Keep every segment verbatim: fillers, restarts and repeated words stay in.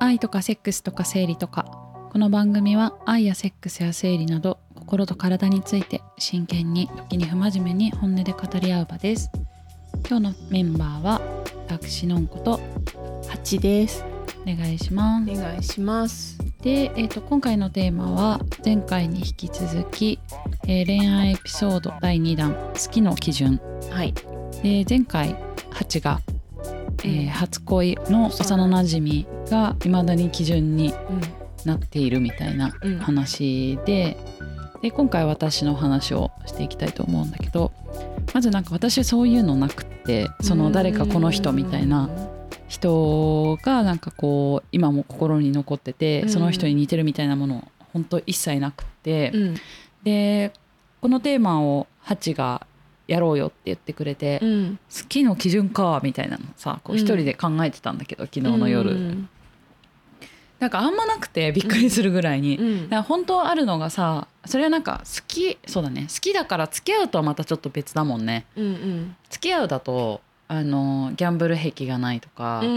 愛とかセックスとか生理とか。この番組は愛やセックスや生理など心と体について真剣に時に不真面目に本音で語り合う場です。今日のメンバーは私のんことはちです。 お願いします。 お願いします。 で、えーと、今回のテーマは前回に引き続き、えー、恋愛エピソードだいにだん好きの基準、 はい、 で前回はちが、えー、初恋の幼なじみが未だに基準になっているみたいな話で、うん、で今回私の話をしていきたいと思うんだけど、まずなんか私そういうのなくって、その誰かこの人みたいな人がなんかこう今も心に残ってて、その人に似てるみたいなもの本当一切なくって、うん、でこのテーマをハチがやろうよって言ってくれて、うん、好きの基準かみたいなのさこう一人で考えてたんだけど、うん、昨日の夜、うん、なんかあんまなくてびっくりするぐらいに、うん、だから本当あるのがさ、それはなんか好きそうだね好きだから付き合うとはまたちょっと別だもんね、うんうん、付き合うだとあのギャンブル癖がないとか、うん、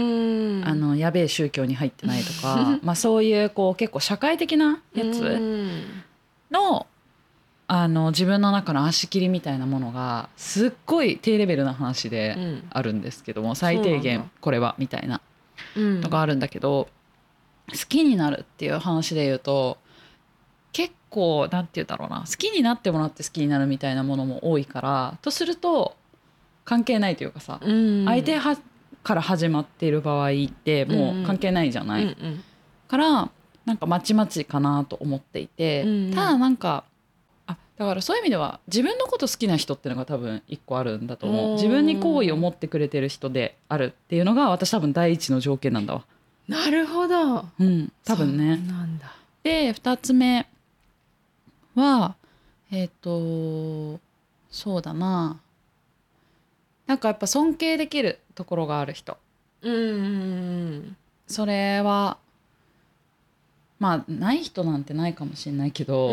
あのやべえ宗教に入ってないとかまあそういう、こう結構社会的なやつの、うん、あの自分の中の足切りみたいなものがすっごい低レベルな話であるんですけども、うん、最低限これはみたいなのがあるんだけど、うん、好きになるっていう話で言うと結構なんて言うんだろうな、好きになってもらって好きになるみたいなものも多いから、とすると関係ないというかさ、うん、相手はから始まっている場合ってもう関係ないじゃない、うんうん、からなんかまちまちかなと思っていて、うんうん、ただなんかあだからそういう意味では自分のこと好きな人っていうのが多分一個あるんだと思う。自分に好意を持ってくれてる人であるっていうのが私多分第一の条件なんだわ。 なるほど、 うん、多分ね。 そうなんだ。 でふたつめはえっとそうだな、なんかやっぱ尊敬できるところがある人、うんうんうん、それはまあない人なんてないかもしれないけど、うん、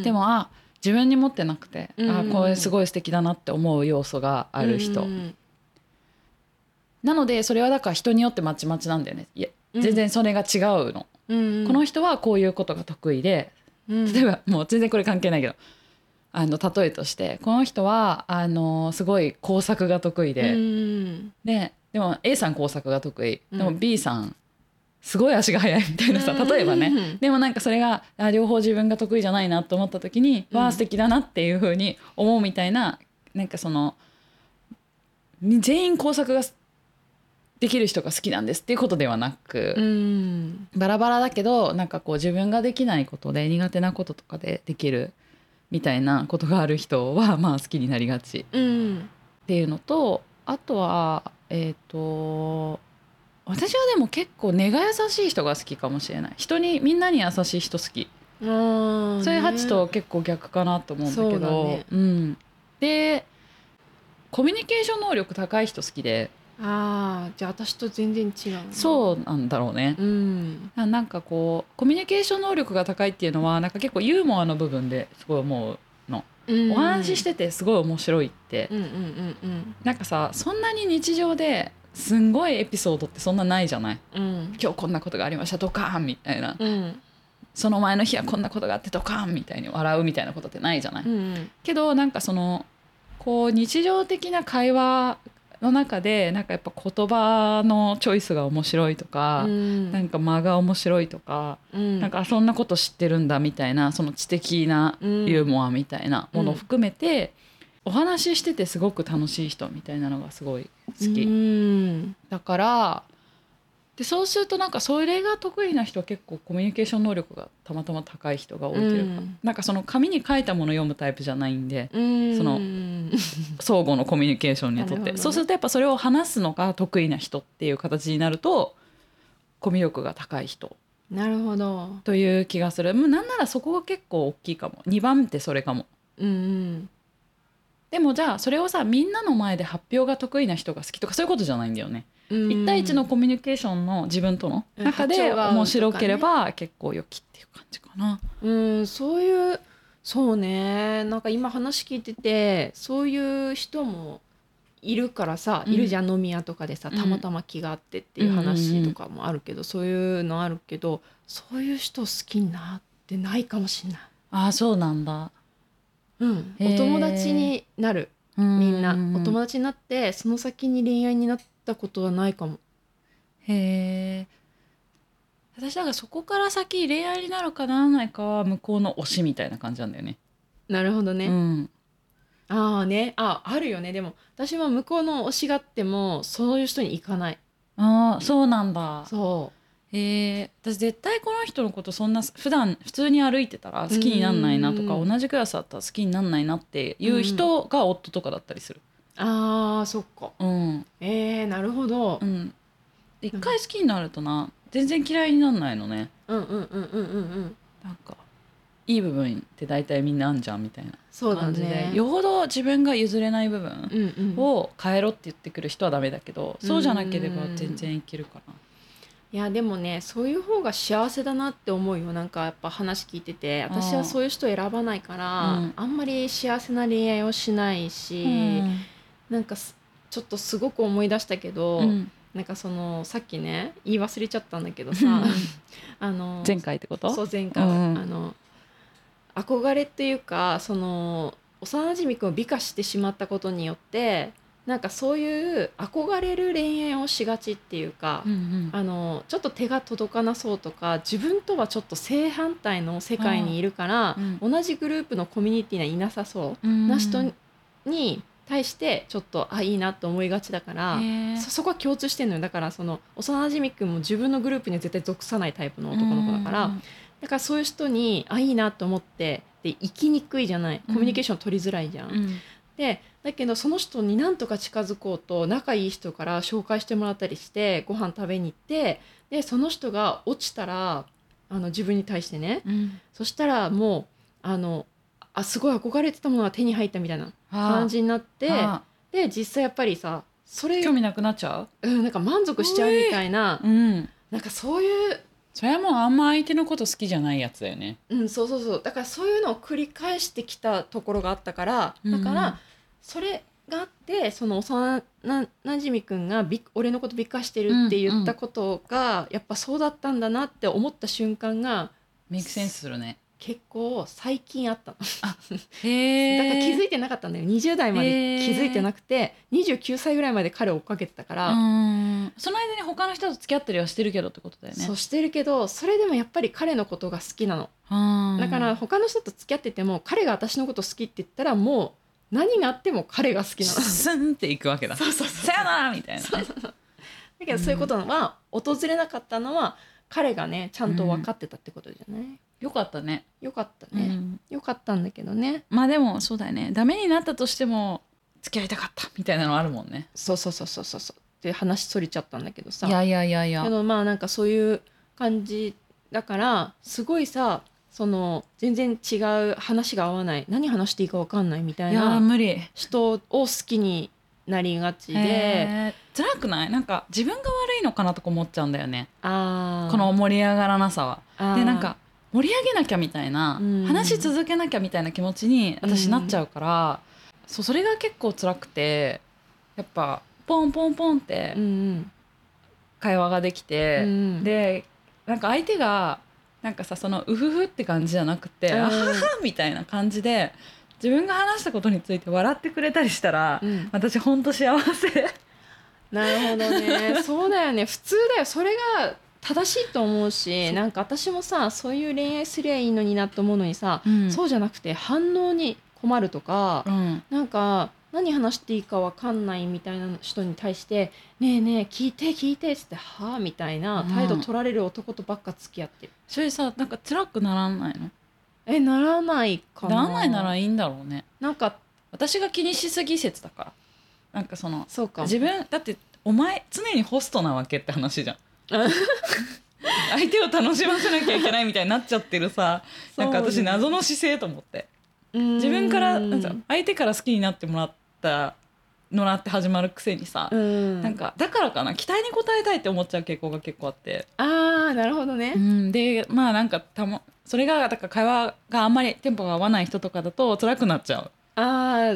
でもあ自分に持ってなくて、うん、あこれすごい素敵だなって思う要素がある人、うん、なのでそれはだから人によってまちまちなんだよね。いや全然それが違うの、うん、この人はこういうことが得意で、うん、例えばもう全然これ関係ないけど、あの例えとしてこの人はあのすごい工作が得意で、うん、で, でも A さん工作が得意、でも B さんすごい足が速いみたいなさ、例えばね、うん、でもなんかそれがあ両方自分が得意じゃないなと思った時に、うん、わあ素敵だなっていう風に思うみたいな、なんかその全員工作ができる人が好きなんですっていうことではなく、うん、バラバラだけどなんかこう自分ができないことで苦手なこととかでできるみたいなことがある人はまあ好きになりがち、うん、っていうのと、あとはえっと私はでも結構根が優しい人が好きかもしれない。人にみんなに優しい人好き。あ、ね、そういうハチと結構逆かなと思うんだけど、う、ね、うん、でコミュニケーション能力高い人好きで。 あじゃあ私と全然違う。 そうなんだろうね、うん、なんかこうコミュニケーション能力が高いっていうのはなんか結構ユーモアの部分ですごい思うの、うん、お話ししててすごい面白いって、うんうんうんうん、なんかさそんなに日常ですんごいエピソードってそんなないじゃない、うん、今日こんなことがありましたドカーンみたいな、うん、その前の日はこんなことがあってドカーンみたいに笑うみたいなことってないじゃない、うんうん、けどなんかそのこう日常的な会話の中でなんかやっぱ言葉のチョイスが面白いとか、うん、なんか間が面白いとか、うん、なんかそんなこと知ってるんだみたいな、その知的なユーモアみたいなものを含めて、うん、お話ししててすごく楽しい人みたいなのがすごい好き、うん、だからでそうするとなんかそれが得意な人は結構コミュニケーション能力がたまたま高い人が多いというか、うん、なんかその紙に書いたものを読むタイプじゃないんで、うん、その相互のコミュニケーションにとって、ね、そうするとやっぱそれを話すのが得意な人っていう形になるとコミュ力が高い人なるほどという気がする。もうなんならそこが結構大きいかも。にばん手それかも、うんうん、でもじゃあそれをさみんなの前で発表が得意な人が好きとかそういうことじゃないんだよね。いち対いちのコミュニケーションの自分との中で面白ければ結構良きっていう感じかな。 うんそういうそうね、なんか今話聞いててそういう人もいるからさ、 うんいるじゃん飲み屋とかでさ、 うんたまたま気があってっていう話とかもあるけど、そういうのあるけど、そういう人好きになってないかもしれない。 ああそうなんだ。 うん、 へーお友達になる、 みみんなお友達になってその先に恋愛になったことはないかも。 へえ。私なんかそこから先恋愛になるかならないかは向こうの推しみたいな感じなんだよね。 なるほどね、 うん。 ああね、ああるよね。でも私は向こうの推しがあってもそういう人に行かない。 ああそうなんだ。 そへえ。私絶対この人のことそんな普段普通に歩いてたら好きになんないなとか、 うん同じクラスだったら好きになんないなっていう人が夫とかだったりする。 う、ああそっか。 うんえー、なるほどう。ん。で一回好きになるとな全然嫌いになんないのね。 うんうんうんうんうんうんなんかいい部分って大体みんなあんじゃんみたいなそうだ感じで、 ね。 よほど自分が譲れない部分うんうん、 を変えろって言ってくる人はダメだけど、そうじゃなければ全然いけるかな。 いやでもね、そういう方が幸せだなって思うよ。なんかやっぱ話聞いてて、私はそういう人選ばないからうんあんまり幸せな恋愛をしないし、 うんなんかすちょっとすごく思い出したけど、 うんなんかそのさっきね言い忘れちゃったんだけどさあの前回ってことそう前回、 うんあの憧れっていうか、その幼馴染君を美化してしまったことによってなんかそういう憧れる恋愛をしがちっていうか、 うんうんあのちょっと手が届かなそうとか、自分とはちょっと正反対の世界にいるから、 うん同じグループのコミュニティにはいなさそううんな人に対してちょっとあいいなと思いがちだから、 へーそそこは共通してんのよ。だからその幼馴染君も自分のグループには絶対属さないタイプの男の子だから、 うんだからそういう人にあいいなと思ってで生きにくいじゃない、コミュニケーション取りづらいじゃん、 うんでだけどその人になんとか近づこうと仲いい人から紹介してもらったりしてご飯食べに行って、でその人が落ちたらあの自分に対してね、 うんそしたらもうあのあすごい憧れてたものが手に入ったみたいな感じになってあで実際やっぱりさそれ、 興味なくなっちゃう。 うん、なんか満足しちゃうみたいな、 うんなんかそういうそれはもうあんま相手のこと好きじゃないやつだよね。 うん、そうそうそう、だからそういうのを繰り返してきたところがあったから、だかうんらそれがあってその幼ななじみくんがび俺のこと美化してるって言ったことが、やっぱそうだったんだなって思った瞬間がメイクセンスするね。 結構最近あったの。 へだから気づいいてなかったんだよ。にじゅう代まで気づいてなくて、にじゅうきゅうさいぐらいまで彼を追っかけてたから、 うんその間に他の人と付き合ったりはしてるけどってことだよね。 そうしてるけど、それでもやっぱり彼のことが好きなの。 うんだから他の人と付き合ってても彼が私のこと好きって言ったらもう何があっても彼が好きなの。 スンっていくわけだ。 そうそうそうさよならみたいなね。 そうそうそうだけどそういうことは訪れなかったのは彼がねちゃんと分かってたってことじゃない、 よかったね。 よかったね、 うんよかったんだけどね。 まあでもそうだよね。ダメになったとしても付き合いたかったみたいなのあるもんね。 そうそうそうそうそうそうって話それちゃったんだけどさ、 いやいやいやいや。 けどまあなんかそういう感じだからすごいさ、その全然違う話が合わない、何話していいか分かんないみたいいやな無理。 人を好きになりがちで、 へー辛くない？なんか自分が悪いのかなとか思っちゃうんだよね。 あーこの盛り上がらなさは。 あーでなんか盛り上げなきゃみたいな、 うん話し続けなきゃみたいな気持ちに私なっちゃうから、そうそれが結構辛くて、やっぱポンポンポンってうんうん会話ができて、 うんでなんか相手がなんかさそのうふふって感じじゃなくて、 うんあははみたいな感じで自分が話したことについて笑ってくれたりしたら、 うん私ほんと幸せ。 なるほどねそうだよね、普通だよ、それが正しいと思うし、なんか私もさそういう恋愛すりゃいいのになと思うのにさ、 うんそうじゃなくて反応に困るとか、 うんなんか何話していいか分かんないみたいな人に対して「ねえねえ聞いて聞いて」っつって「はあ?」みたいな態度取られる男とばっか付き合ってる。 それさなんか辛くならないの？ えならないかな。 ならないならいいんだろうね。 なんか私が気にしすぎ説だから。なんかそのそうかも。 自分だってお前常にホストなわけって話じゃん。相手を楽しませなきゃいけないみたいになっちゃってるさ、なんか私謎の姿勢と思って、自分からなんか相手から好きになってもらったのなって始まるくせにさ、 うんなんかだからかな期待に応えたいって思っちゃう傾向が結構あって、 あーなるほどね、 うんでまあなんかたまそれがだから会話があんまりテンポが合わない人とかだと辛くなっちゃう。 あー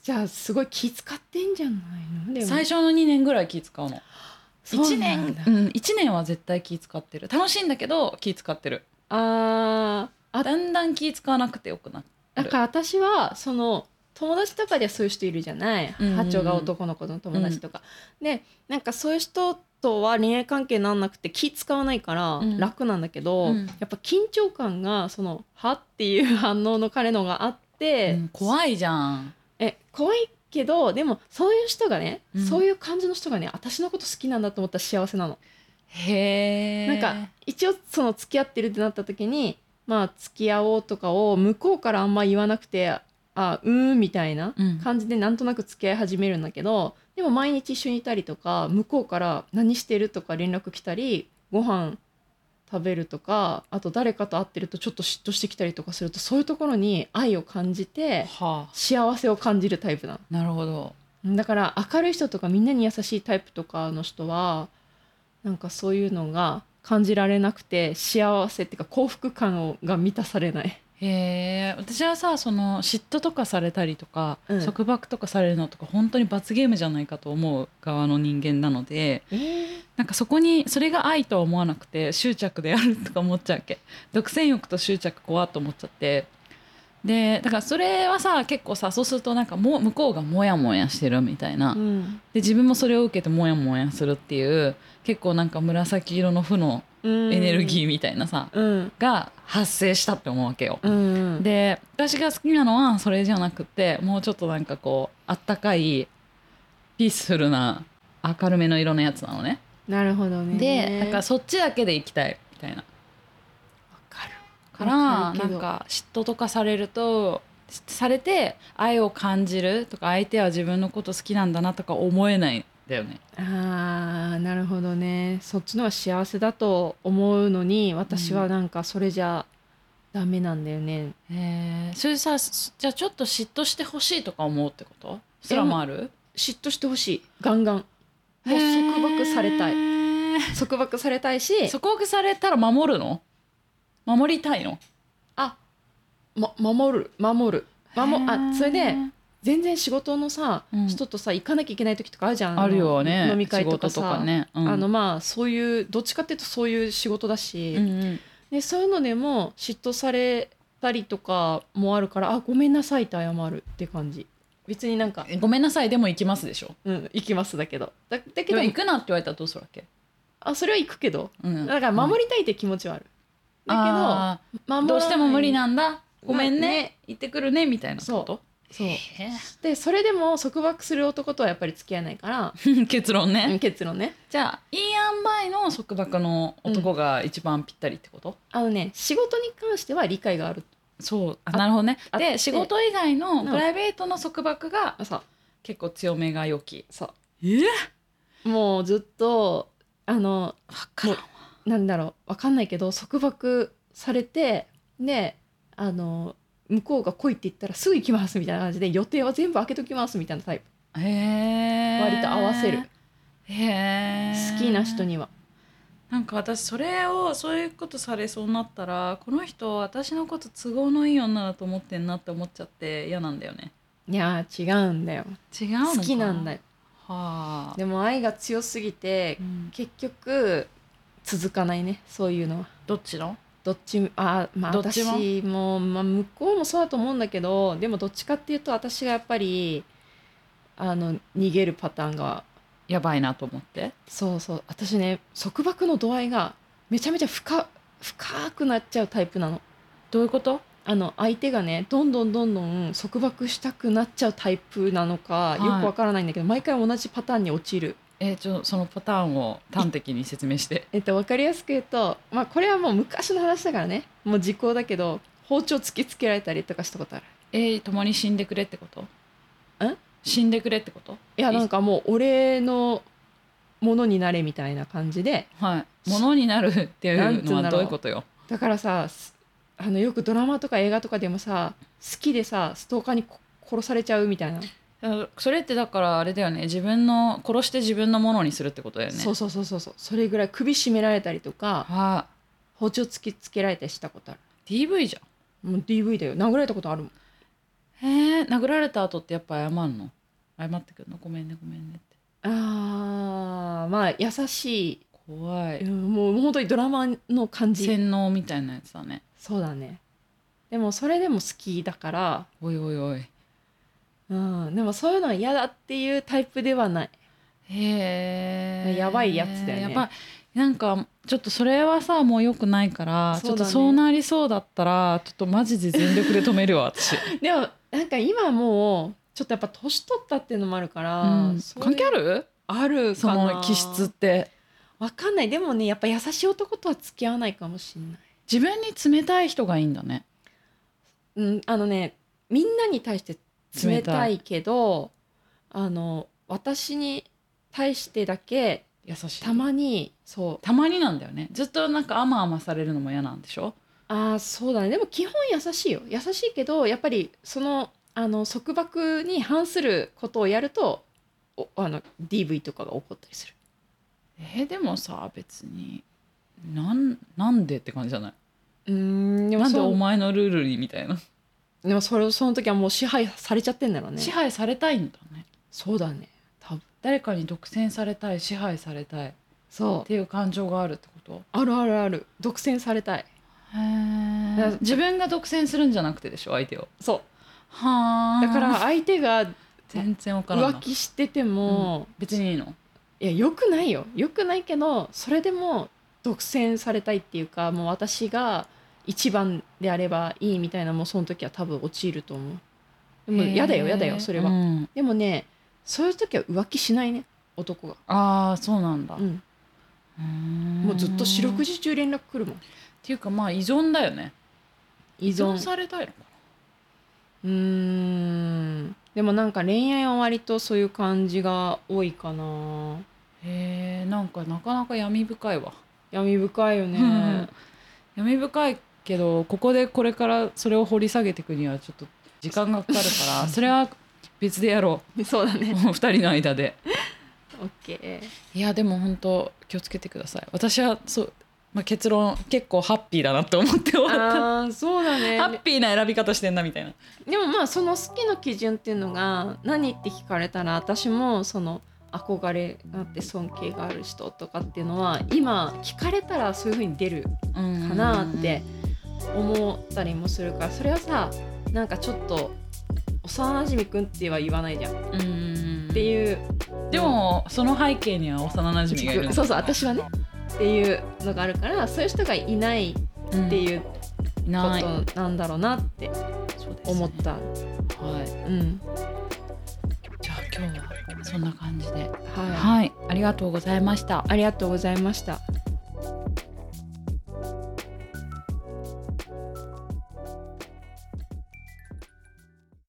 じゃあすごい気使ってんじゃないの？でも最初のにねんぐらい気使うの。 そう 1 なんだ。 年うんいちねんは絶対気使ってる。楽しいんだけど気使ってる。 あーあ、 だんだん気使わなくてよくなる。 だから私はその友達とかではそういう人いるじゃない、 うんうんうん、 波長が男の子の友達とか、うん、でなんかそういう人とは恋愛関係なんなくて気使わないから楽なんだけど、うん、やっぱ緊張感がそのはっていう反応の彼のがあって、 うん、怖いじゃん。 え怖いけどでもそういう人がね、 うん、 そういう感じの人がね私のこと好きなんだと思ったら幸せなの。 へー。 なんか一応その付き合ってるってなった時にまあ付き合おうとかを向こうからあんま言わなくてあうーんみたいな感じでなんとなく付き合い始めるんだけど、うん、でも毎日一緒にいたりとか向こうから何してるとか連絡来たりご飯食べるとかあと誰かと会ってるとちょっと嫉妬してきたりとかするとそういうところに愛を感じて幸せを感じるタイプなの。 なるほど。 だから明るい人とかみんなに優しいタイプとかの人はなんかそういうのが感じられなくて幸せっていうか幸福感が満たされない。 へえ。私はさその嫉妬とかされたりとか、うん、束縛とかされるのとか本当に罰ゲームじゃないかと思う側の人間なので、えー、なんかそこにそれが愛とは思わなくて執着であるとか思っちゃうわけ。独占欲と執着怖っと思っちゃって、でだからそれはさ結構さそうするとなんかも向こうがモヤモヤしてるみたいな、うん、で自分もそれを受けてモヤモヤするっていう結構なんか紫色の負のエネルギーみたいなさ、うん、が発生したって思うわけよ、うん、で私が好きなのはそれじゃなくてもうちょっとなんかこうあったかいピースフルな明るめの色のやつなのね。 なるほどね。 でなんかそっちだけでいきたいみたいなからなんか嫉妬とかされるとされて愛を感じるとか相手は自分のこと好きなんだなとか思えないんだよね。 あーなるほどね。そっちのは幸せだと思うのに私はなんかそれじゃダメなんだよね、 うん、えー、それさじゃあちょっと嫉妬してほしいとか思うってことすらもある？ 嫉妬してほしいガンガンもう束縛されたい束縛されたいし束縛されたら守るの？守りたいの？ あ、ま、守る守る守あそれで全然仕事のさ、うん、人とさ行かなきゃいけない時とかあるじゃん。 あるよね。 飲み会とかさ仕事とかね、うん、 あのまあそういうどっちかっていうとそういう仕事だし、うんうん、でそういうのでも嫉妬されたりとかもあるからあごめんなさいって謝るって感じ。別になんかごめんなさいでも行きますでしょ。 うん行きますだけどだだけど行くなって言われたらどうするわけ？ あそれは行くけど、うん、だから守りたいって気持ちはある、うん、だけどどうしても無理なんだごめんね、ね、行ってくるねみたいなこと。 そうそうでそれでも束縛する男とはやっぱり付き合えないから結論ね、 うん、結論ね。 じゃあいい塩梅の束縛の男が一番ぴったりってこと、うん、 あのね仕事に関しては理解がある。 そうあなるほどね。で仕事以外のプライベートの束縛が結構強めが良き。 そうえもうずっとあのもうなんだろう分かんないけど束縛されてであの向こうが来いって言ったらすぐ行きますみたいな感じで予定は全部開けときますみたいなタイプ。 へー割と合わせる。 へー好きな人には。 なんか私それをそういうことされそうになったらこの人私のこと都合のいい女だと思ってんなって思っちゃって嫌なんだよね。 いや違うんだよ。 違うのか。 好きなんだよ。 はあ、 でも愛が強すぎて、うん、結局続かないねそういうのは。 どっちの？ どっちあまあどっちも私も、まあ、向こうもそうだと思うんだけどでもどっちかっていうと私がやっぱりあの逃げるパターンがやばいなと思って。 そうそう私ね束縛の度合いがめちゃめちゃ深深くなっちゃうタイプなの。 どういうこと？ あの相手がねどんどんどんどん束縛したくなっちゃうタイプなのか、はい、よくわからないんだけど毎回同じパターンに陥る。 えー、ちょそのパターンを端的に説明して。 えっと分かりやすく言うと、まあ、これはもう昔の話だからねもう時効だけど包丁突きつけられたりとかしたことある。 えー、共に死んでくれってこと？ ん死んでくれってこと？ いやなんかもう俺のものになれみたいな感じで、 はい、ものになるっていうのはどういうことよ。 だからさあのよくドラマとか映画とかでもさ好きでさストーカーに殺されちゃうみたいな。 それってだからあれだよね自分の殺して自分のものにするってことだよね。 そうそうそうそうそうそれぐらい首絞められたりとか、はあ、包丁突きつけられたりしたことある。 ディーブイ じゃん。 もう ディーブイ だよ。殴られたことあるもん。 へえ、殴られた後ってやっぱ謝るの？謝ってくるの？ごめんねごめんねって。 あーまあ優しい。 怖い。 もう本当にドラマの感じ。 洗脳みたいなやつだね。 そうだね。でもそれでも好きだから。 おいおいおい。 うん、でもそういうのは嫌だっていうタイプではない。 へえ。 やばいやつだよね。 やばい。なんかちょっとそれはさもう良くないから、ね、ちょっとそうなりそうだったらちょっとマジで全力で止めるわ私。 でもなんか今もうちょっとやっぱ年取ったっていうのもあるから、 うん、関係ある？ あるかな。 その気質ってわかんない。でもねやっぱ優しい男とは付き合わないかもしれない。 自分に冷たい人がいいんだね。 うん、あのねみんなに対して冷たいけど、あの私に対してだけ優しい。 たまに。そうたまになんだよね。ずっとなんか甘々されるのも嫌なんでしょ？ ああそうだね。でも基本優しいよ。優しいけどやっぱりそのあの束縛に反することをやるとおあの ディーブイ とかが起こったりする。 えー、でもさ別になんなんでって感じじゃない？ うーんでもなんでお前のルールにみたいな。 でもそれその時はもう支配されちゃってんだろうね。 支配されたいんだね。 そうだね。多分誰かに独占されたい、支配されたいそうっていう感情があるってこと？ あるあるある。独占されたい。 へー。自分が独占するんじゃなくてでしょ相手を。 そうはあ。 だから相手が全然わからんな。 浮気してても、 うん、別にいいの？ いやよくないよ。よくないけどそれでも独占されたいっていうか、もう私が一番であればいいみたいな、もうその時は多分陥ると思う。でも嫌だよ嫌だよそれは、うん、でもねそういう時は浮気しないね男が。 ああそうなんだ、 うん、うーんもうずっと四六時中連絡来るもん。 っていうかまあ依存だよね。依存されたいのかな。 うーんでもなんか恋愛は割とそういう感じが多いかな。 へえ、なんかなかなか闇深いわ。 闇深いよね闇深いけどここでこれからそれを掘り下げていくにはちょっと時間がかかるからそれは別でやろうそうだねふたりの間でオッケー。いやでも本当気をつけてください。私はそう、まあ、結論結構ハッピーだなって思って終わった。 あそうだねハッピーな選び方してんなみたいな。 でもまあその好きの基準っていうのが何って聞かれたら、私もその憧れがあって尊敬がある人とかっていうのは今聞かれたらそういう風に出るかなって思ったりもするから、それはさなんかちょっと幼馴染くんっては言わないじゃん、うんっていう。 でもその背景には幼馴染がいる。 そうそう私はねっていうのがあるから、そういう人がいないっていうことなんだろうなって思った、うん、はい、うん、 じゃあ今日はそんな感じで、はい、 はい、 ありがとうございました。 ありがとうございました。